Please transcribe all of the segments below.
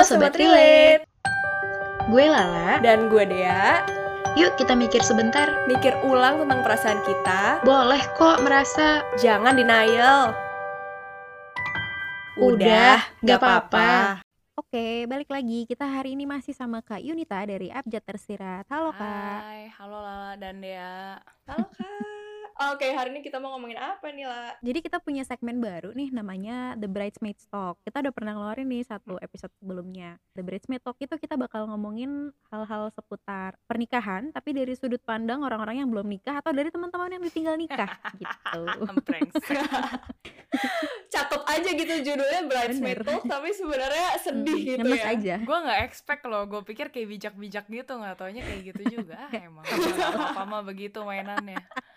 Sobat Relate. Gue Lala. Dan gue Dea. Yuk kita mikir sebentar. Mikir ulang tentang perasaan kita. Boleh kok merasa. Jangan denial. Udah, gak apa-apa. Oke, balik lagi. Kita hari ini masih sama Kak Yunita dari Abjad Tersirat. Halo Kak. Hai, halo Lala dan Dea. Halo Kak. Oke, hari ini kita mau ngomongin apa nih, La? Jadi kita punya segmen baru nih namanya The Bridesmaid Talk. Kita udah pernah ngeluarin nih satu episode sebelumnya. The Bridesmaid Talk itu kita bakal ngomongin hal-hal seputar pernikahan, tapi dari sudut pandang orang-orang yang belum nikah atau dari teman-teman yang ditinggal nikah gitu. Cakep aja gitu judulnya Bridesmaid Talk, tapi sebenarnya sedih gitu Ngemes ya. aja. Gue nggak expect loh, gue pikir kayak bijak-bijak gitu, nggak taunya kayak gitu juga. Emang apa mah begitu mainannya.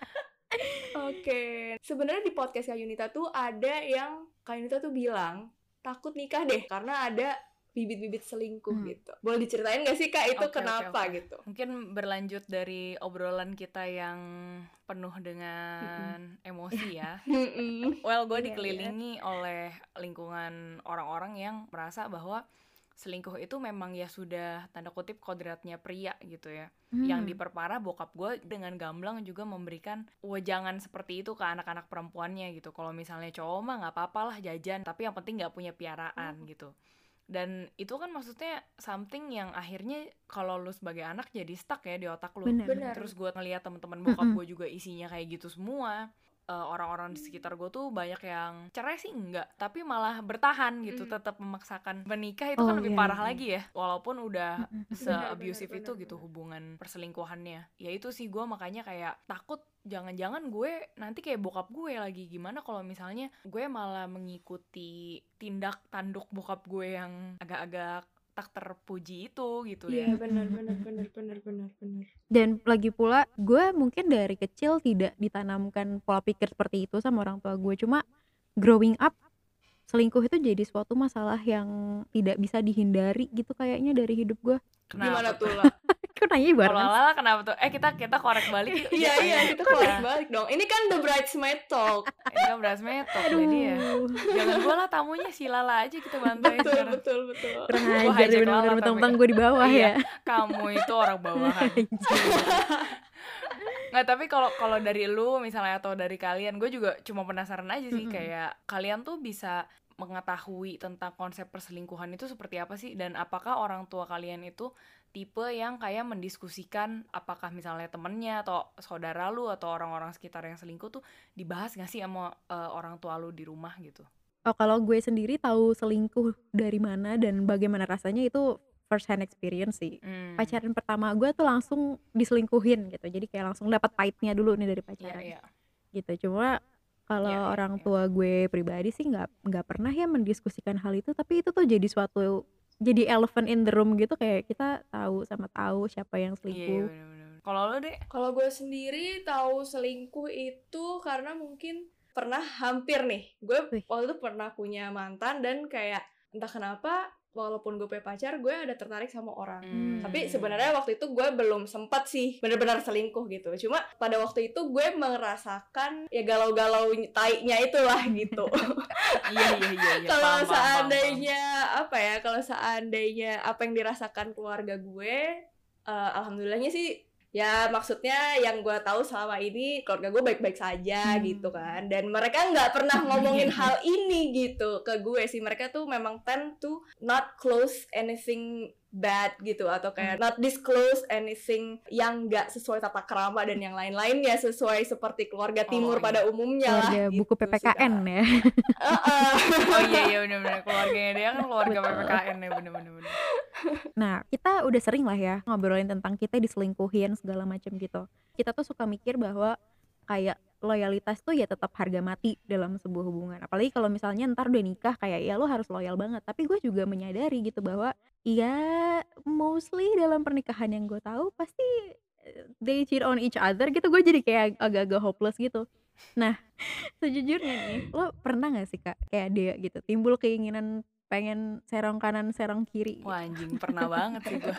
Oke. Sebenarnya di podcast Kak Yunita tuh ada yang Kak Yunita tuh bilang takut nikah deh karena ada bibit-bibit selingkuh gitu. Boleh diceritain gak sih Kak itu Oke. kenapa gitu? Mungkin berlanjut dari obrolan kita yang penuh dengan emosi ya. Well, gue Iya, dikelilingi oleh lingkungan orang-orang yang merasa bahwa selingkuh itu memang ya sudah tanda kutip kodratnya pria gitu ya. Yang diperparah bokap gue dengan gamblang juga memberikan wejangan seperti itu ke anak-anak perempuannya gitu. Kalau misalnya cowok mah nggak apa-apa lah jajan, tapi yang penting nggak punya piaraan gitu. Dan itu kan maksudnya something yang akhirnya kalau lu sebagai anak jadi stuck ya di otak lu. Benar. Terus gue ngeliat teman-teman bokap gue juga isinya kayak gitu semua. Orang-orang di sekitar gue tuh banyak yang cerai sih enggak, tapi malah bertahan gitu, tetap memaksakan menikah. Itu kan lebih parah lagi ya, walaupun udah se-abusive itu gitu hubungan perselingkuhannya. Ya itu sih gue makanya kayak takut jangan-jangan gue nanti kayak bokap gue lagi. Gimana kalau misalnya gue malah mengikuti tindak tanduk bokap gue yang agak-agak tak terpuji itu gitu ya. Iya, benar. Dan lagi pula gue mungkin dari kecil tidak ditanamkan pola pikir seperti itu sama orang tua gue. Cuma growing up selingkuh itu jadi suatu masalah yang tidak bisa dihindari gitu kayaknya dari hidup gue. Gimana tuh, La? Kok nanya Kalau barengan? Lala kenapa tuh? Kita korek balik yuk. Iya, kita korek balik dong. Ini kan The Bridesmaid Talk. Ini kan Bridesmaid Talk jadi ya. Jangan gue lah tamunya, si Lala aja kita bantuin sekarang. Betul. Kurang Gua ajar hijack bener-bener Lala mentang-mentang tapi. gue di bawah Iya, ya. kamu itu orang bawahan. Nggak, tapi kalau dari lu misalnya atau dari kalian, gue juga cuma penasaran aja sih, kayak kalian tuh bisa mengetahui tentang konsep perselingkuhan itu seperti apa sih, dan apakah orang tua kalian itu tipe yang kayak mendiskusikan apakah misalnya temennya atau saudara lu atau orang-orang sekitar yang selingkuh tuh dibahas nggak sih sama orang tua lu di rumah gitu? Oh, kalau gue sendiri tahu selingkuh dari mana dan bagaimana rasanya itu first hand experience sih. Pacaran pertama gue tuh langsung diselingkuhin gitu. Jadi kayak langsung dapat pahitnya dulu nih dari pacaran. Iya. Gitu. Cuma kalau orang tua gue pribadi sih nggak pernah ya mendiskusikan hal itu, tapi itu tuh jadi elephant in the room gitu, kayak kita tahu siapa yang selingkuh. Iya, bener-bener. Kalau lo deh? Kalau gue sendiri tahu selingkuh itu karena mungkin pernah hampir nih. Gue waktu itu pernah punya mantan dan kayak entah kenapa walaupun gue punya pacar, gue ada tertarik sama orang. Tapi sebenarnya waktu itu gue belum sempat sih benar-benar selingkuh gitu. Cuma pada waktu itu gue merasakan ya galau-galau tainya itulah gitu. Iya. Kalau seandainya kalau seandainya apa yang dirasakan keluarga gue, alhamdulillahnya sih ya, maksudnya yang gue tahu selama ini keluarga gue baik-baik saja gitu kan, dan mereka nggak pernah ngomongin hal ini gitu ke gue sih. Mereka tuh memang tend to not close anything bad gitu, atau kayak not disclose anything yang nggak sesuai tata krama dan yang lain-lainnya, sesuai seperti keluarga timur pada umumnya keluarga lah buku gitu, PPKN ya. Oh iya benar-benar, keluarganya dia kan keluarga PPKN ya, benar-benar. Nah, kita udah sering lah ya ngobrolin tentang kita diselingkuhin segala macam gitu. Kita tuh suka mikir bahwa kayak loyalitas tuh ya tetap harga mati dalam sebuah hubungan. Apalagi kalau misalnya ntar udah nikah, kayak ya lo harus loyal banget. Tapi gue juga menyadari gitu bahwa ya mostly dalam pernikahan yang gue tahu pasti they cheat on each other gitu. Gue jadi kayak agak-agak hopeless gitu. Nah, sejujurnya nih, lo pernah gak sih Kak kayak dia gitu timbul keinginan pengen serong kanan serong kiri gitu? Wah anjing, pernah banget sih gue.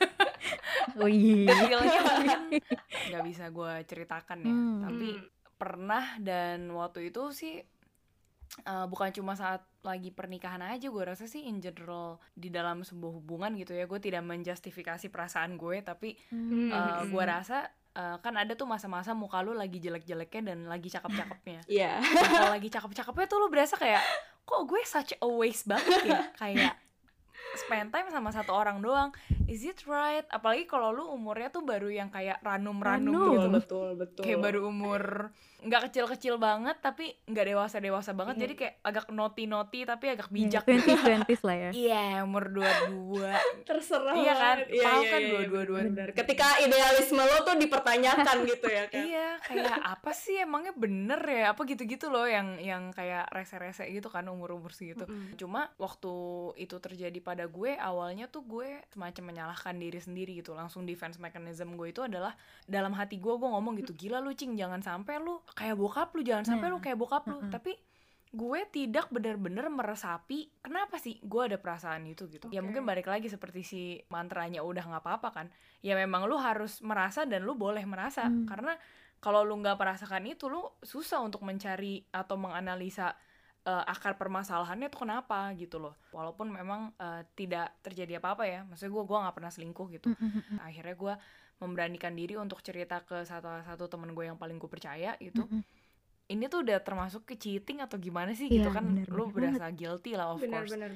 Oh iya. Detailnya mungkin nggak bisa gue ceritakan ya, tapi pernah. Dan waktu itu sih bukan cuma saat lagi pernikahan aja, gue rasa sih in general di dalam sebuah hubungan gitu ya. Gue tidak menjustifikasi perasaan gue, tapi gue rasa kan ada tuh masa-masa muka lu lagi jelek-jeleknya dan lagi cakep-cakepnya. Iya. Kalau lagi cakep-cakepnya tuh lu berasa kayak, kok gue such a waste banget ya, kayak spend time sama satu orang doang, is it right? Apalagi kalau lu umurnya tuh baru yang kayak ranum-ranum gitu. Betul. Kayak baru umur nggak kecil-kecil banget tapi nggak dewasa-dewasa banget, jadi kayak agak naughty tapi agak bijak. 20s lah ya. Iya, umur 22. Terserah. Iya kan, Iya, paham iya, kan iya, 22. benar. Ketika idealisme lo tuh dipertanyakan gitu ya kan. Iya, kayak apa sih emangnya bener ya, apa gitu-gitu loh, yang kayak rese-rese gitu kan umur-umur segitu. Cuma waktu itu terjadi pada gue, awalnya tuh gue semacam menyalahkan diri sendiri gitu. Langsung defense mechanism gue itu adalah dalam hati gue ngomong gitu, gila lu Cing, jangan sampai lu kayak bokap lu, jangan sampai lu kayak bokap lu. Tapi gue tidak benar-benar meresapi kenapa sih gue ada perasaan itu gitu. Ya mungkin balik lagi seperti si mantranya udah nggak apa-apa kan. Ya memang lu harus merasa dan lu boleh merasa. Karena kalau lu nggak merasakan itu, lu susah untuk mencari atau menganalisa akar permasalahannya tuh kenapa gitu loh. Walaupun memang tidak terjadi apa-apa ya. Maksudnya gue nggak pernah selingkuh gitu. Akhirnya gue memberanikan diri untuk cerita ke satu temen gue yang paling gue percaya gitu. Ini tuh udah termasuk ke cheating atau gimana sih gitu kan, lu berasa guilty lah of course. Benar.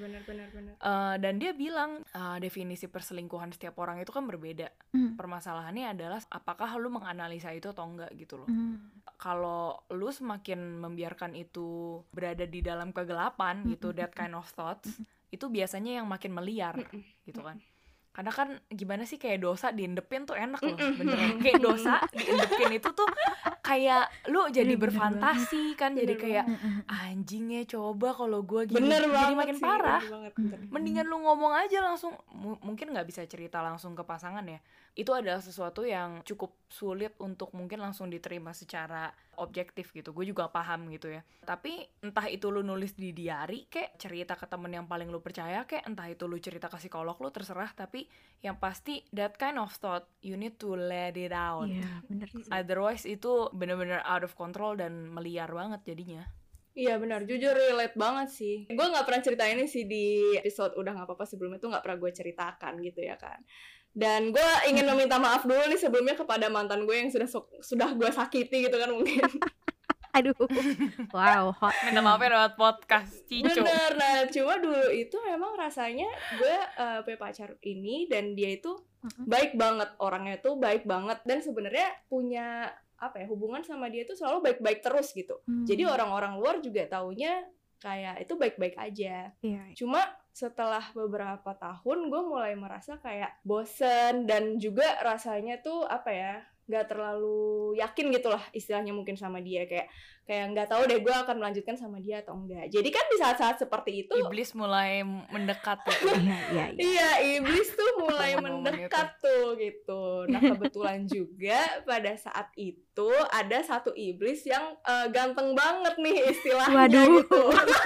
Dan dia bilang definisi perselingkuhan setiap orang itu kan berbeda. Permasalahannya adalah apakah lu menganalisa itu atau enggak gitu loh. Kalau lu semakin membiarkan itu berada di dalam kegelapan gitu, that kind of thoughts, itu biasanya yang makin meliar gitu kan. Karena kan gimana sih, kayak dosa diendepin tuh enak loh, beneran. Kayak dosa diendepin itu tuh kayak lu jadi berfantasi kan, jadi kayak anjingnya coba kalau gue gini, jadi makin parah. Mendingan lu ngomong aja langsung, mungkin nggak bisa cerita langsung ke pasangan ya. Itu adalah sesuatu yang cukup sulit untuk mungkin langsung diterima secara objektif gitu. Gue juga paham gitu ya. Tapi entah itu lu nulis di diary kek, cerita ke temen yang paling lu percaya kek, entah itu lu cerita ke psikolog lu, terserah. Tapi yang pasti that kind of thought you need to let it out. Bener sih. Otherwise itu bener-bener out of control dan meliar banget jadinya. Iya benar, jujur relate banget sih. Gue nggak pernah cerita ini sih di episode udah nggak apa-apa sebelumnya, tuh nggak pernah gue ceritakan gitu ya kan. Dan gue ingin meminta maaf dulu nih sebelumnya kepada mantan gue yang sudah gue sakiti gitu kan mungkin. Aduh, wow, hot. Minta maafnya lewat podcast Cico. Bener, nah cuma dulu itu memang rasanya gue punya pacar ini dan dia itu baik banget, orangnya tuh baik banget, dan sebenarnya punya hubungan sama dia tuh selalu baik-baik terus gitu. Jadi orang-orang luar juga taunya kayak itu baik-baik aja. Cuma setelah beberapa tahun gue mulai merasa kayak bosen dan juga rasanya tuh nggak terlalu yakin gitulah istilahnya mungkin sama dia, kayak nggak tahu deh gue akan melanjutkan sama dia atau enggak. Jadi kan di saat-saat seperti itu iblis mulai mendekat ya. Iya, iblis tuh mulai mendekat tuh gitu. Nah kebetulan juga pada saat itu ada satu iblis yang ganteng banget nih istilahnya. Gitu.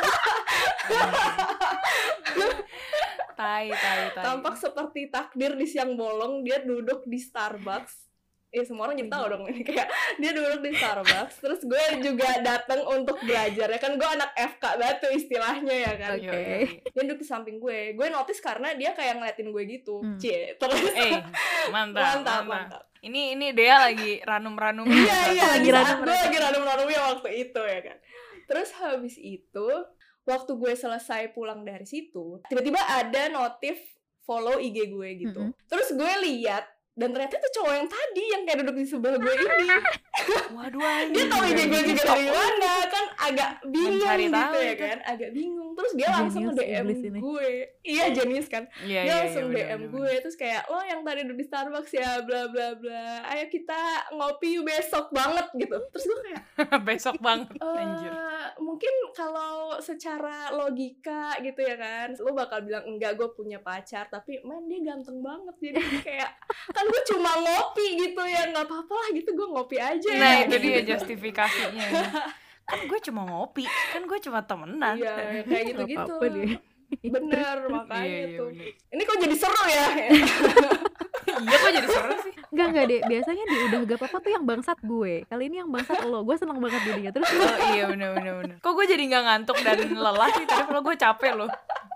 Tai. Tampak seperti takdir di siang bolong, dia duduk di Starbucks. Semua orang jadi tahu dong ini, kayak dia duduk di Starbucks. Terus gue juga datang untuk belajar ya kan, gue anak FK batu istilahnya ya kan. Dia duduk di samping gue notice karena dia kayak ngeliatin gue gitu. Terus mantap. Ini Dea lagi ranum-ranum. Iya, lagi ranum-ranumnya waktu itu ya kan. Terus habis itu waktu gue selesai pulang dari situ, tiba-tiba ada notif follow IG gue gitu. Terus gue lihat, dan ternyata itu cowok yang tadi yang kayak duduk di sebelah gue ini. Waduh, dia tahu IG gue juga dari mana, kan agak bingung gitu ya kan, agak bingung. Terus dia langsung nge-DM gue. Iya, jenius kan. Dia langsung DM gue, terus kayak, lo yang tadi duduk di Starbucks ya, bla bla bla. Ayo kita ngopi yuk besok banget gitu. Terus gue kayak besok banget, anjir. Mungkin kalau secara logika gitu ya kan, lo bakal bilang enggak, gue punya pacar, tapi man dia ganteng banget, jadi kayak kan gue cuma ngopi gitu ya, nggak apa-apa lah gitu, gue ngopi aja. Nah itu dia justifikasinya. Kan gue cuma ngopi, kan gue cuma temenan. Iya kayak gitu-gitu. Bener, makanya tuh. Bener. Ini kok jadi seru ya? Iya kok jadi seru sih. Enggak deh, biasanya di udah gak apa-apa tuh yang bangsat gue. Kali ini yang bangsat lo, gue seneng banget jadinya. Terus Oh iya bener. Kok gue jadi nggak ngantuk dan lelah sih tadi, kalau gue capek loh.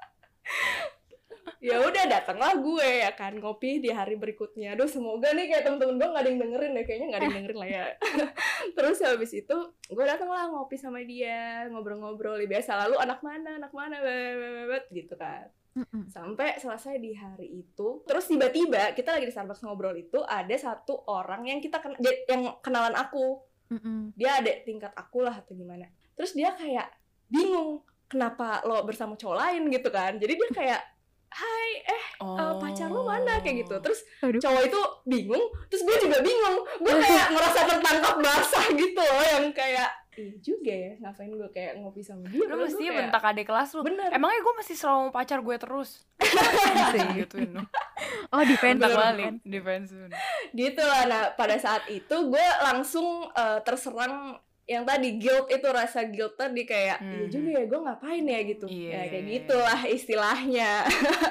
Ya udah datanglah gue ya kan ngopi di hari berikutnya. Aduh semoga nih kayak temen-temen gue nggak ada yang dengerin deh, kayaknya nggak ada yang dengerin lah ya. Terus habis itu gue datanglah ngopi sama dia, ngobrol-ngobrol biasa, lalu anak mana gitu kan. Sampai selesai di hari itu, terus tiba-tiba kita lagi di Starbucks ngobrol itu ada satu orang yang yang kenalan aku. Dia adik tingkat aku lah atau gimana. Terus dia kayak bingung kenapa lo bersama cowok lain gitu kan. Jadi dia kayak hai pacar lo mana kayak gitu. Terus cowok itu bingung, terus gue juga bingung. Gue kayak ngerasa tertangkap basah gitu loh, yang kayak juga ya, ngapain gue kayak ngopi sama dia. Lu mesti bentak adik kelas lu. Bener. Emangnya gue masih selalu pacar gue terus. Gituin lu. Oh defense balik. Defense. Gitu lah. Nah pada saat itu gue langsung terserang yang tadi guilt itu, rasa guilt tadi kayak iya juga ya gue ngapain ya gitu. Ya kayak gitulah istilahnya.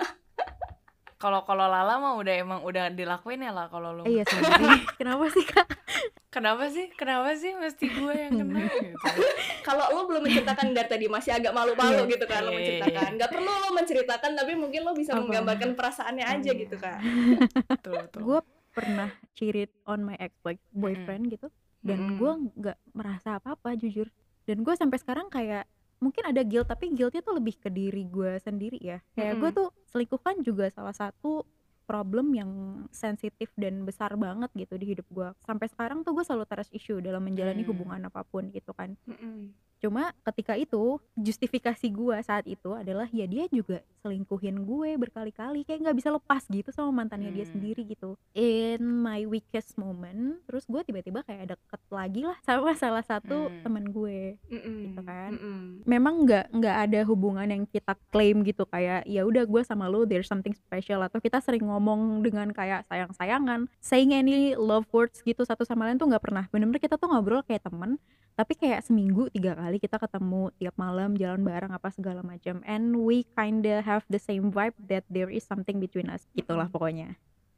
Kalau Lala mah udah dilakuin ya lah kalau lu. Iya sih. Kenapa sih Kak? Kenapa sih mesti gue yang kena gitu. Kalau lo belum menceritakan dari tadi masih agak malu-malu gitu kan lo menceritakan. Gak perlu lo menceritakan, tapi mungkin lo bisa menggambarkan perasaannya aja gitu kan. Betul. Gue pernah cheated on my ex boyfriend gitu, dan gue nggak merasa apa-apa jujur. Dan gue sampai sekarang kayak mungkin ada guilt, tapi guiltnya tuh lebih ke diri gue sendiri ya. Kayak gue tuh selingkuh kan juga salah satu problem yang sensitif dan besar banget gitu di hidup gue. Sampai sekarang tuh gue selalu trust issue dalam menjalani hubungan apapun gitu kan. Cuma ketika itu justifikasi gue saat itu adalah ya dia juga selingkuhin gue berkali-kali, kayak nggak bisa lepas gitu sama mantannya dia sendiri gitu. In my weakest moment, terus gue tiba-tiba kayak deket lagi lah sama salah satu teman gue gitu kan. Memang nggak ada hubungan yang kita claim gitu kayak ya udah gue sama lo there's something special, atau kita sering ngomong dengan kayak sayang-sayangan, saying any love words gitu satu sama lain tuh nggak pernah. Bener-bener kita tuh ngobrol kayak temen, tapi kayak seminggu 3 kali kita ketemu tiap malam, jalan bareng apa segala macam, and we kinda have the same vibe that there is something between us gitulah pokoknya.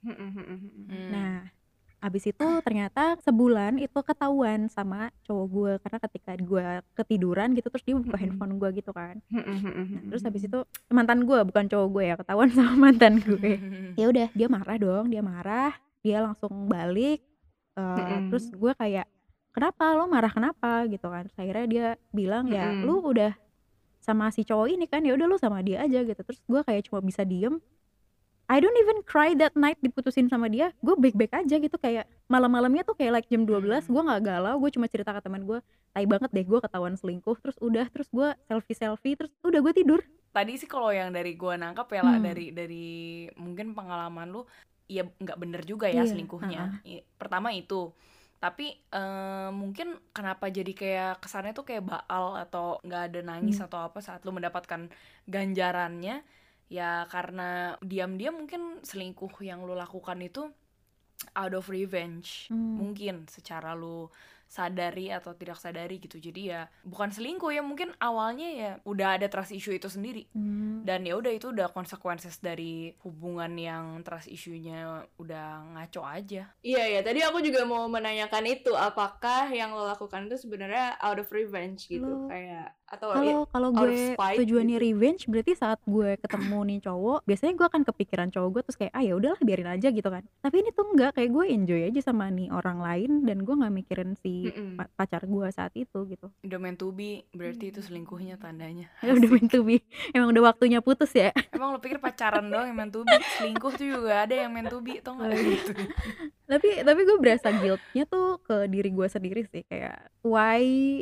Nah abis itu ternyata sebulan itu ketahuan sama cowok gue, karena ketika gue ketiduran gitu terus dia buka handphone gue gitu kan. Nah, terus habis itu mantan gue, bukan cowok gue ya, ketahuan sama mantan gue. Ya udah dia marah dong, dia langsung balik. Terus gue kayak kenapa lo marah, kenapa gitu kan. Terus akhirnya dia bilang ya lu udah sama si cowok ini kan, ya udah lu sama dia aja gitu. Terus gue kayak cuma bisa diem. I don't even cry that night diputusin sama dia. Gue baik-baik aja gitu, kayak malam-malamnya tuh kayak like jam 12 gue gak galau, gue cuma cerita ke teman gue, tai banget deh gue ketahuan selingkuh. Terus gue selfie, terus udah gue tidur. Tadi sih kalau yang dari gue nangkap ya lah, dari mungkin pengalaman lu, ya nggak bener juga ya selingkuhnya. Pertama itu, tapi mungkin kenapa jadi kayak kesannya tuh kayak baal atau nggak ada nangis atau apa saat lu mendapatkan ganjarannya, ya karena diam-diam mungkin selingkuh yang lu lakukan itu out of revenge, mungkin secara lu sadari atau tidak sadari gitu. Jadi ya bukan selingkuh ya, mungkin awalnya ya udah ada trust issue itu sendiri. Dan ya udah itu udah consequences dari hubungan yang trust issue-nya udah ngaco aja. Iya tadi aku juga mau menanyakan itu, apakah yang lo lakukan itu sebenarnya out of revenge gitu, kayak atau kalau gue tujuannya gitu. Revenge berarti saat gue ketemu nih cowok, biasanya gue akan kepikiran cowok gue terus kayak ya udahlah biarin aja gitu kan. Tapi ini tuh enggak, kayak gue enjoy aja sama nih orang lain dan gue nggak mikirin si pacar gue saat itu gitu. Udah meant to be, berarti itu selingkuhnya tandanya. Udah meant to be, emang udah waktunya putus ya. Emang lo pikir pacaran doang yang meant to be? Selingkuh tuh juga ada yang meant to be, tau gak gitu. Tapi gue berasa guiltnya tuh ke diri gue sendiri sih, kayak why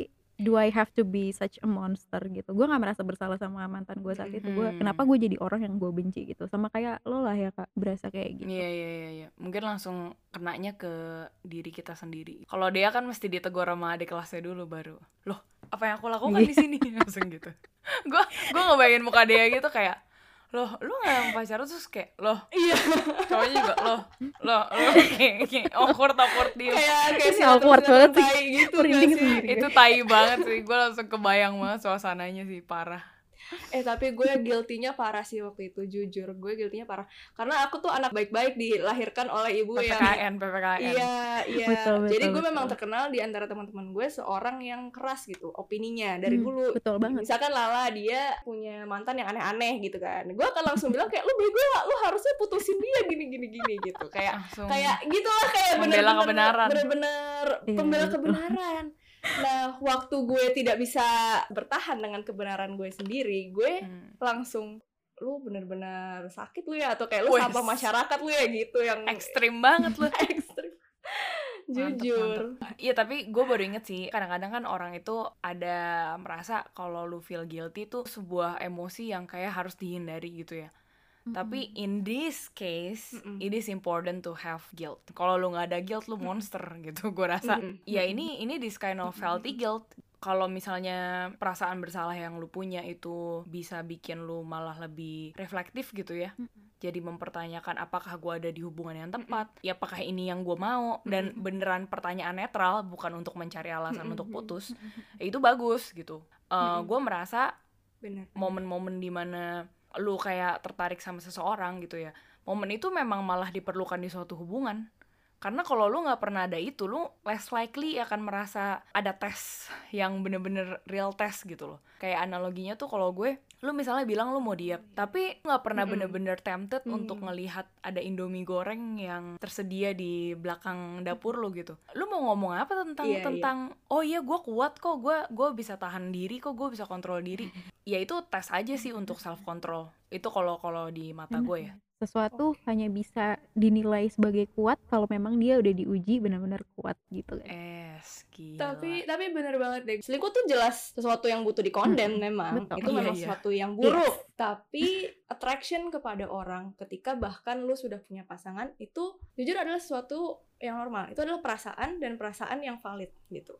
do I have to be such a monster gitu. Gue gak merasa bersalah sama mantan gue saat itu. Kenapa gue jadi orang yang gue benci gitu. Sama kayak lo lah ya Kak, berasa kayak gitu. Iya. Mungkin langsung kenanya ke diri kita sendiri. Kalau dia kan mesti ditegur sama adik kelasnya dulu baru, loh apa yang aku lakukan di sini, langsung gitu. Gue ngebayangin muka dia gitu kayak, loh lu gak pacaran, terus kayak loh cowoknya juga loh kayak awkward diem, kayak awkward banget sih gitu merinding sih? sendiri. Itu tai banget sih, gue langsung kebayang banget suasananya sih, parah. Tapi gue guilty-nya parah sih waktu itu, jujur gue guilty-nya parah. Karena aku tuh anak baik-baik dilahirkan oleh ibu yang PPKN. Iya. Betul, Jadi gue betul. memang terkenal di antara teman-teman gue seorang yang keras gitu opininya dari dulu. Betul banget. Misalkan Lala dia punya mantan yang aneh-aneh gitu kan, gue akan langsung bilang kayak lu bego lah, lu harusnya putusin dia gini gitu. Kayak gitulah, kayak membela kebenaran. Bener-bener Iya, pembela betul. kebenaran. Nah, waktu gue tidak bisa bertahan dengan kebenaran gue sendiri, gue langsung, lu bener-bener sakit lu ya, atau kayak lu Wes. sampah masyarakat lu ya gitu, yang Ekstrim banget lu. ekstrim. Jujur. Iya, tapi gue baru inget sih, kadang-kadang kan orang itu ada merasa kalau lu feel guilty tuh sebuah emosi yang kayak harus dihindari gitu ya. Tapi in this case, it is important to have guilt. Kalau lu nggak ada guilt, lu monster gitu. Gue rasa, ya ini this kind of healthy guilt. Kalau misalnya perasaan bersalah yang lu punya itu bisa bikin lu malah lebih reflektif gitu ya. Jadi mempertanyakan apakah gue ada di hubungan yang tepat, ya apakah ini yang gue mau, dan beneran pertanyaan netral, bukan untuk mencari alasan untuk putus. Itu bagus gitu. Gue merasa Bener. momen-momen dimana lu kayak tertarik sama seseorang gitu ya, momen itu memang malah diperlukan di suatu hubungan. Karena kalau lu nggak pernah ada itu, lu less likely akan merasa ada tes yang bener-bener real tes gitu loh. Kayak analoginya tuh kalau gue, lu misalnya bilang lu mau diet, tapi nggak pernah bener-bener tempted untuk ngelihat ada Indomie goreng yang tersedia di belakang dapur lu gitu. Lu mau ngomong apa tentang oh iya gue kuat kok, gue bisa tahan diri kok, gue bisa kontrol diri. Ya itu tes aja sih untuk self control. Itu kalau di mata gue ya. Sesuatu hanya bisa dinilai sebagai kuat kalau memang dia udah diuji benar-benar kuat gitu kan. Gila. Tapi bener banget deh, selingkuh tuh jelas sesuatu yang butuh dikondem memang. Betul. Itu memang Iya. sesuatu yang buruk. Tapi attraction kepada orang ketika bahkan lu sudah punya pasangan itu jujur adalah sesuatu yang normal. Itu adalah perasaan, dan perasaan yang valid gitu.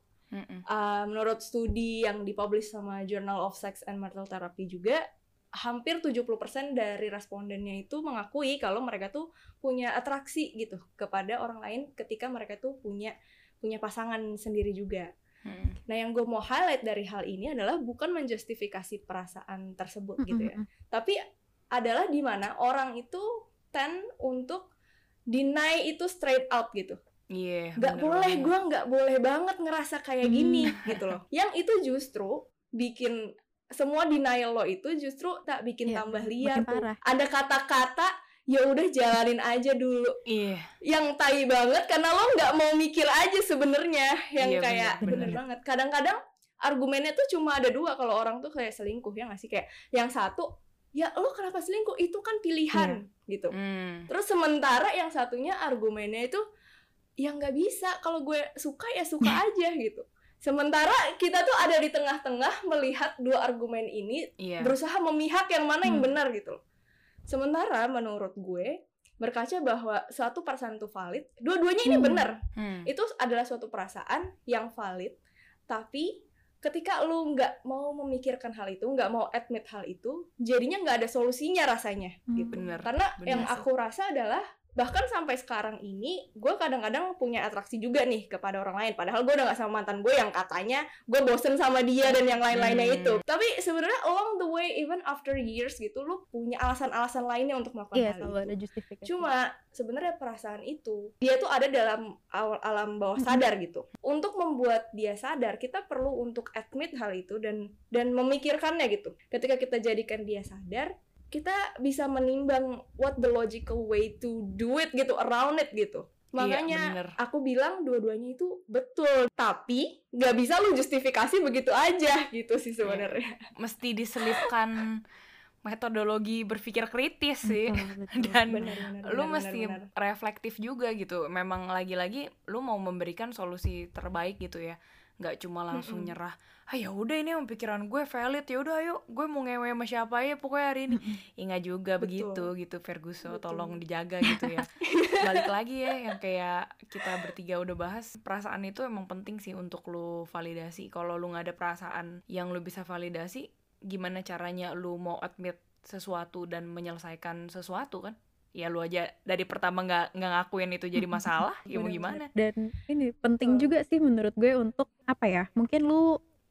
Menurut studi yang dipublish sama Journal of Sex and Marital Therapy juga, hampir 70% dari respondennya itu mengakui kalau mereka tuh punya atraksi gitu kepada orang lain ketika mereka tuh punya pasangan sendiri juga. Nah, yang gue mau highlight dari hal ini adalah bukan menjustifikasi perasaan tersebut gitu ya, tapi adalah di mana orang itu tend untuk deny itu straight out gitu. Iya. Gak boleh, gue gak boleh banget ngerasa kayak gini gitu loh. Yang itu justru bikin semua denial lo itu justru tak bikin tambah liar tuh. Ada kata-kata ya udah jalanin aja dulu. Iya. Yang tai banget karena lo nggak mau mikir aja sebenarnya. Yang kayak bener banget. Kadang-kadang argumennya tuh cuma ada dua kalau orang tuh kayak selingkuh, ya nggak sih? Kayak yang satu, ya lo kenapa selingkuh? Itu kan pilihan gitu. Terus sementara yang satunya argumennya itu, ya nggak bisa. Kalau gue suka ya suka aja gitu. Sementara kita tuh ada di tengah-tengah melihat dua argumen ini, berusaha memihak yang mana yang benar gitu. Sementara menurut gue, berkaca bahwa suatu perasaan itu valid, dua-duanya ini benar. Itu adalah suatu perasaan yang valid, tapi ketika lu nggak mau memikirkan hal itu, nggak mau admit hal itu, jadinya nggak ada solusinya rasanya gitu. Karena yang aku rasa adalah, bahkan sampai sekarang ini gue kadang-kadang punya atraksi juga nih kepada orang lain, padahal gue udah gak sama mantan gue yang katanya gue bosen sama dia dan yang lain-lainnya itu. Tapi sebenarnya along the way, even after years gitu, lu punya alasan-alasan lainnya untuk melakukan hal itu. Ada justifikasi. Cuma sebenarnya perasaan itu dia tuh ada dalam alam bawah sadar gitu. Untuk membuat dia sadar, kita perlu untuk admit hal itu dan memikirkannya gitu. Ketika kita jadikan dia sadar, kita bisa menimbang what the logical way to do it gitu, around it gitu. Makanya aku bilang dua-duanya itu betul, tapi nggak bisa lu justifikasi begitu aja gitu sih sebenarnya. Mesti diselipkan metodologi berpikir kritis sih. Dan lu mesti reflektif juga gitu. Memang lagi-lagi lu mau memberikan solusi terbaik gitu ya. Nggak cuma langsung nyerah. Ya udah ini pikiran gue valid, ya udah ayo gue mau ngewe sama siapa ya pokoknya hari ini. Nggak juga begitu gitu, Ferguson. Tolong dijaga gitu ya. Balik lagi ya yang kayak kita bertiga udah bahas, perasaan itu emang penting sih untuk lu validasi. Kalau lu nggak ada perasaan yang lu bisa validasi, gimana caranya lu mau admit sesuatu dan menyelesaikan sesuatu kan? Ya lu aja dari pertama nggak ngakuin itu jadi masalah, ya mau gimana? Dan ini penting juga sih menurut gue untuk apa ya? Mungkin lu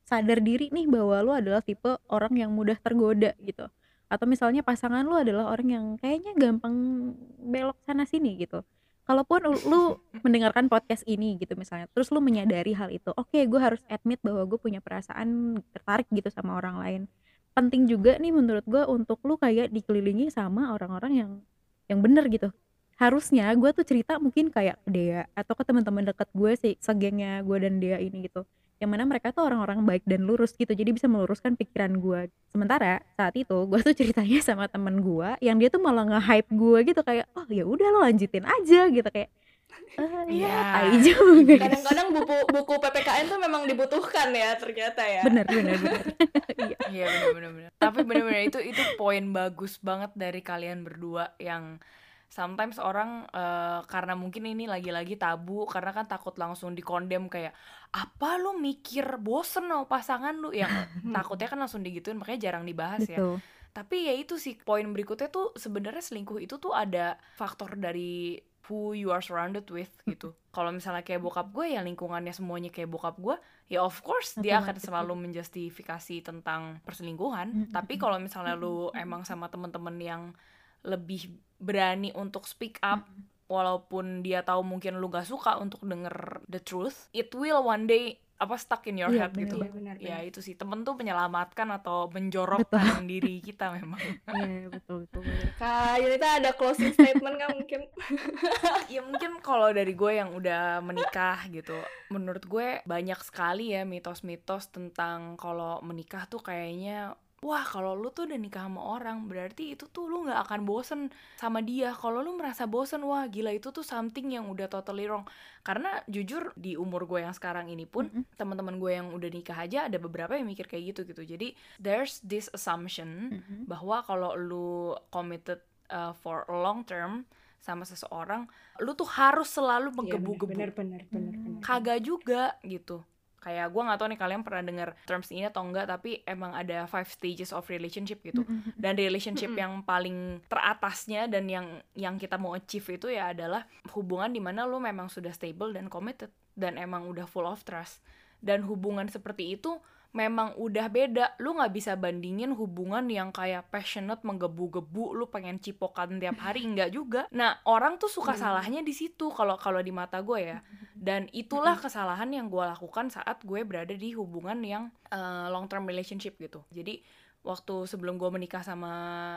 sadar diri nih bahwa lu adalah tipe orang yang mudah tergoda gitu. Atau misalnya pasangan lu adalah orang yang kayaknya gampang belok sana sini gitu. Kalaupun lu mendengarkan podcast ini gitu misalnya, terus lu menyadari hal itu, oke gue harus admit bahwa gue punya perasaan tertarik gitu sama orang lain. Penting juga nih menurut gue untuk lu kayak dikelilingi sama orang-orang yang bener gitu. Harusnya gue tuh cerita mungkin kayak ke Dea atau ke teman-teman dekat gue sih, segengnya gue dan Dea ini gitu, yang mana mereka tuh orang-orang baik dan lurus gitu, jadi bisa meluruskan pikiran gue. Sementara saat itu gue tuh ceritanya sama temen gue yang dia tuh malah nge-hype gue gitu, kayak oh ya udah lo lanjutin aja gitu, kayak Iya. tai juga. Kadang-kadang buku PPKN tuh memang dibutuhkan ya ternyata ya. bener Iya benar. Tapi benar-benar itu poin bagus banget dari kalian berdua, yang sometimes orang karena mungkin ini lagi-lagi tabu, karena kan takut langsung dikondem kayak apa lu mikir bosen sama pasangan lu, yang takutnya kan langsung digituin, makanya jarang dibahas ya. betul. Tapi ya itu sih poin berikutnya tuh, sebenarnya selingkuh itu tuh ada faktor dari who you are surrounded with gitu. Kalau misalnya kayak bokap gue, ya lingkungannya semuanya kayak bokap gue, ya of course dia akan selalu menjustifikasi tentang perselingkuhan. Tapi kalau misalnya lu emang sama temen-temen yang lebih berani untuk speak up, walaupun dia tahu mungkin lu gak suka untuk denger the truth, it will one day stuck in your head gitu. Benar. Ya itu sih, temen tuh menyelamatkan atau menjorokkan diri kita memang. Iya betul. Kak Yunita ada closing statement kan mungkin? Ya mungkin kalau dari gue yang udah menikah gitu, menurut gue banyak sekali ya mitos-mitos tentang kalau menikah tuh kayaknya, wah kalau lu tuh udah nikah sama orang berarti itu tuh lu gak akan bosen sama dia. Kalau lu merasa bosen, wah gila itu tuh something yang udah totally wrong. Karena jujur di umur gue yang sekarang ini pun, teman-teman gue yang udah nikah aja ada beberapa yang mikir kayak gitu. Jadi there's this assumption bahwa kalau lu committed for a long term sama seseorang, lu tuh harus selalu menggebu-gebu. Benar. Kagak juga gitu. Kayak gue gak tahu nih kalian pernah dengar terms ini atau enggak, tapi emang ada 5 stages of relationship gitu. Dan relationship yang paling teratasnya dan yang kita mau achieve itu ya adalah hubungan dimana lu memang sudah stable dan committed, dan emang udah full of trust. Dan hubungan seperti itu memang udah beda. Lu gak bisa bandingin hubungan yang kayak passionate, menggebu-gebu, lu pengen cipokan tiap hari, enggak juga. Nah, orang tuh suka salahnya di situ kalau di mata gue ya. Dan itulah kesalahan yang gue lakukan saat gue berada di hubungan yang long term relationship gitu. Jadi waktu sebelum gue menikah sama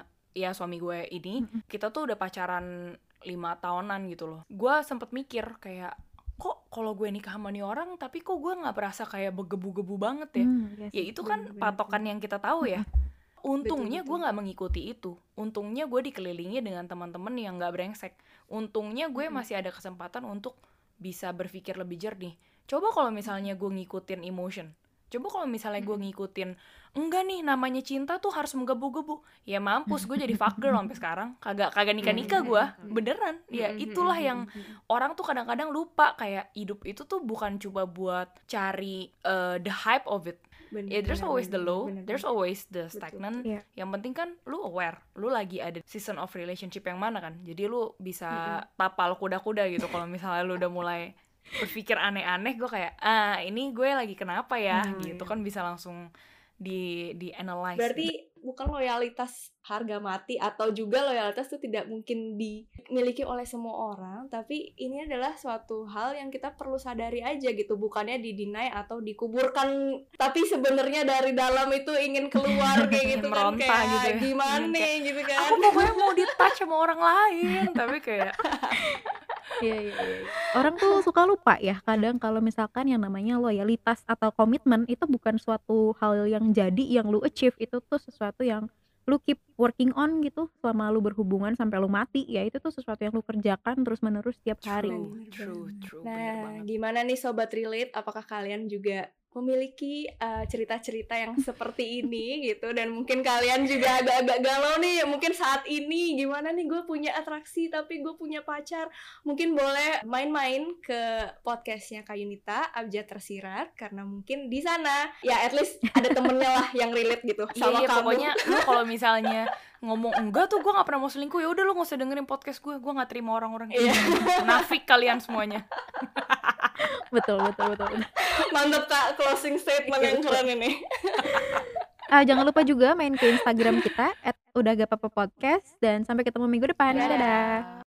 ya suami gue ini, kita tuh udah pacaran 5 tahunan gitu loh. Gue sempet mikir kayak, kok kalau gue nikah sama nih orang tapi kok gue nggak berasa kayak begebu-gebu banget ya. Ya itu kan patokan yang kita tahu ya. Untungnya gue nggak mengikuti itu. Untungnya gue dikelilingi dengan teman-teman yang nggak brengsek. Untungnya gue masih ada kesempatan untuk bisa berpikir lebih jernih. Coba kalau misalnya gue ngikutin emotion, coba kalau misalnya gue ngikutin enggak nih, namanya cinta tuh harus menggebu-gebu, ya mampus gue jadi fuck girl sampai sekarang, kagak nikah gue beneran. Ya itulah yang orang tuh kadang-kadang lupa, kayak hidup itu tuh bukan cuma buat cari the hype of it. Ya there's always the low, there's always the stagnant. Yang penting kan lu aware, lu lagi ada season of relationship yang mana kan, jadi lu bisa tapal kuda-kuda gitu. Kalau misalnya lu udah mulai berpikir aneh-aneh, gue kayak ini gue lagi kenapa ya gitu kan, bisa langsung di analyze. Berarti bukan loyalitas harga mati, atau juga loyalitas itu tidak mungkin dimiliki oleh semua orang, tapi ini adalah suatu hal yang kita perlu sadari aja gitu, bukannya di-deny atau dikuburkan, tapi sebenarnya dari dalam itu ingin keluar kayak gitu kan, kayak gitu ya. Gimana gitu kan, aku pokoknya mau di-touch sama orang lain tapi kayak Iya. Orang tuh suka lupa ya kadang kalau misalkan yang namanya loyalitas atau komitmen itu bukan suatu hal yang jadi, yang lu achieve. Itu tuh sesuatu yang lu keep working on gitu selama lu berhubungan sampai lu mati. Ya itu tuh sesuatu yang lu kerjakan terus-menerus setiap hari. True. Nah, gimana nih Sobat Relate? Apakah kalian juga memiliki cerita-cerita yang seperti ini gitu, dan mungkin kalian juga agak-agak galau nih mungkin saat ini, gimana nih gue punya atraksi tapi gue punya pacar? Mungkin boleh main-main ke podcastnya Kak Yunita, Abjad Tersirat, karena mungkin di sana ya at least ada temennya lah yang relate gitu sama kamu. Pokoknya lu kalau misalnya ngomong enggak tuh gue nggak pernah mau selingkuh, ya udah lu nggak usah dengerin podcast gue nggak terima orang-orang kayak gitu. Nafik kalian semuanya. Betul. Mantap Kak, closing statement yang keren ini. Jangan lupa juga main ke Instagram kita @udahgapapa_podcast dan sampai ketemu minggu depan. Dadah. Dadah.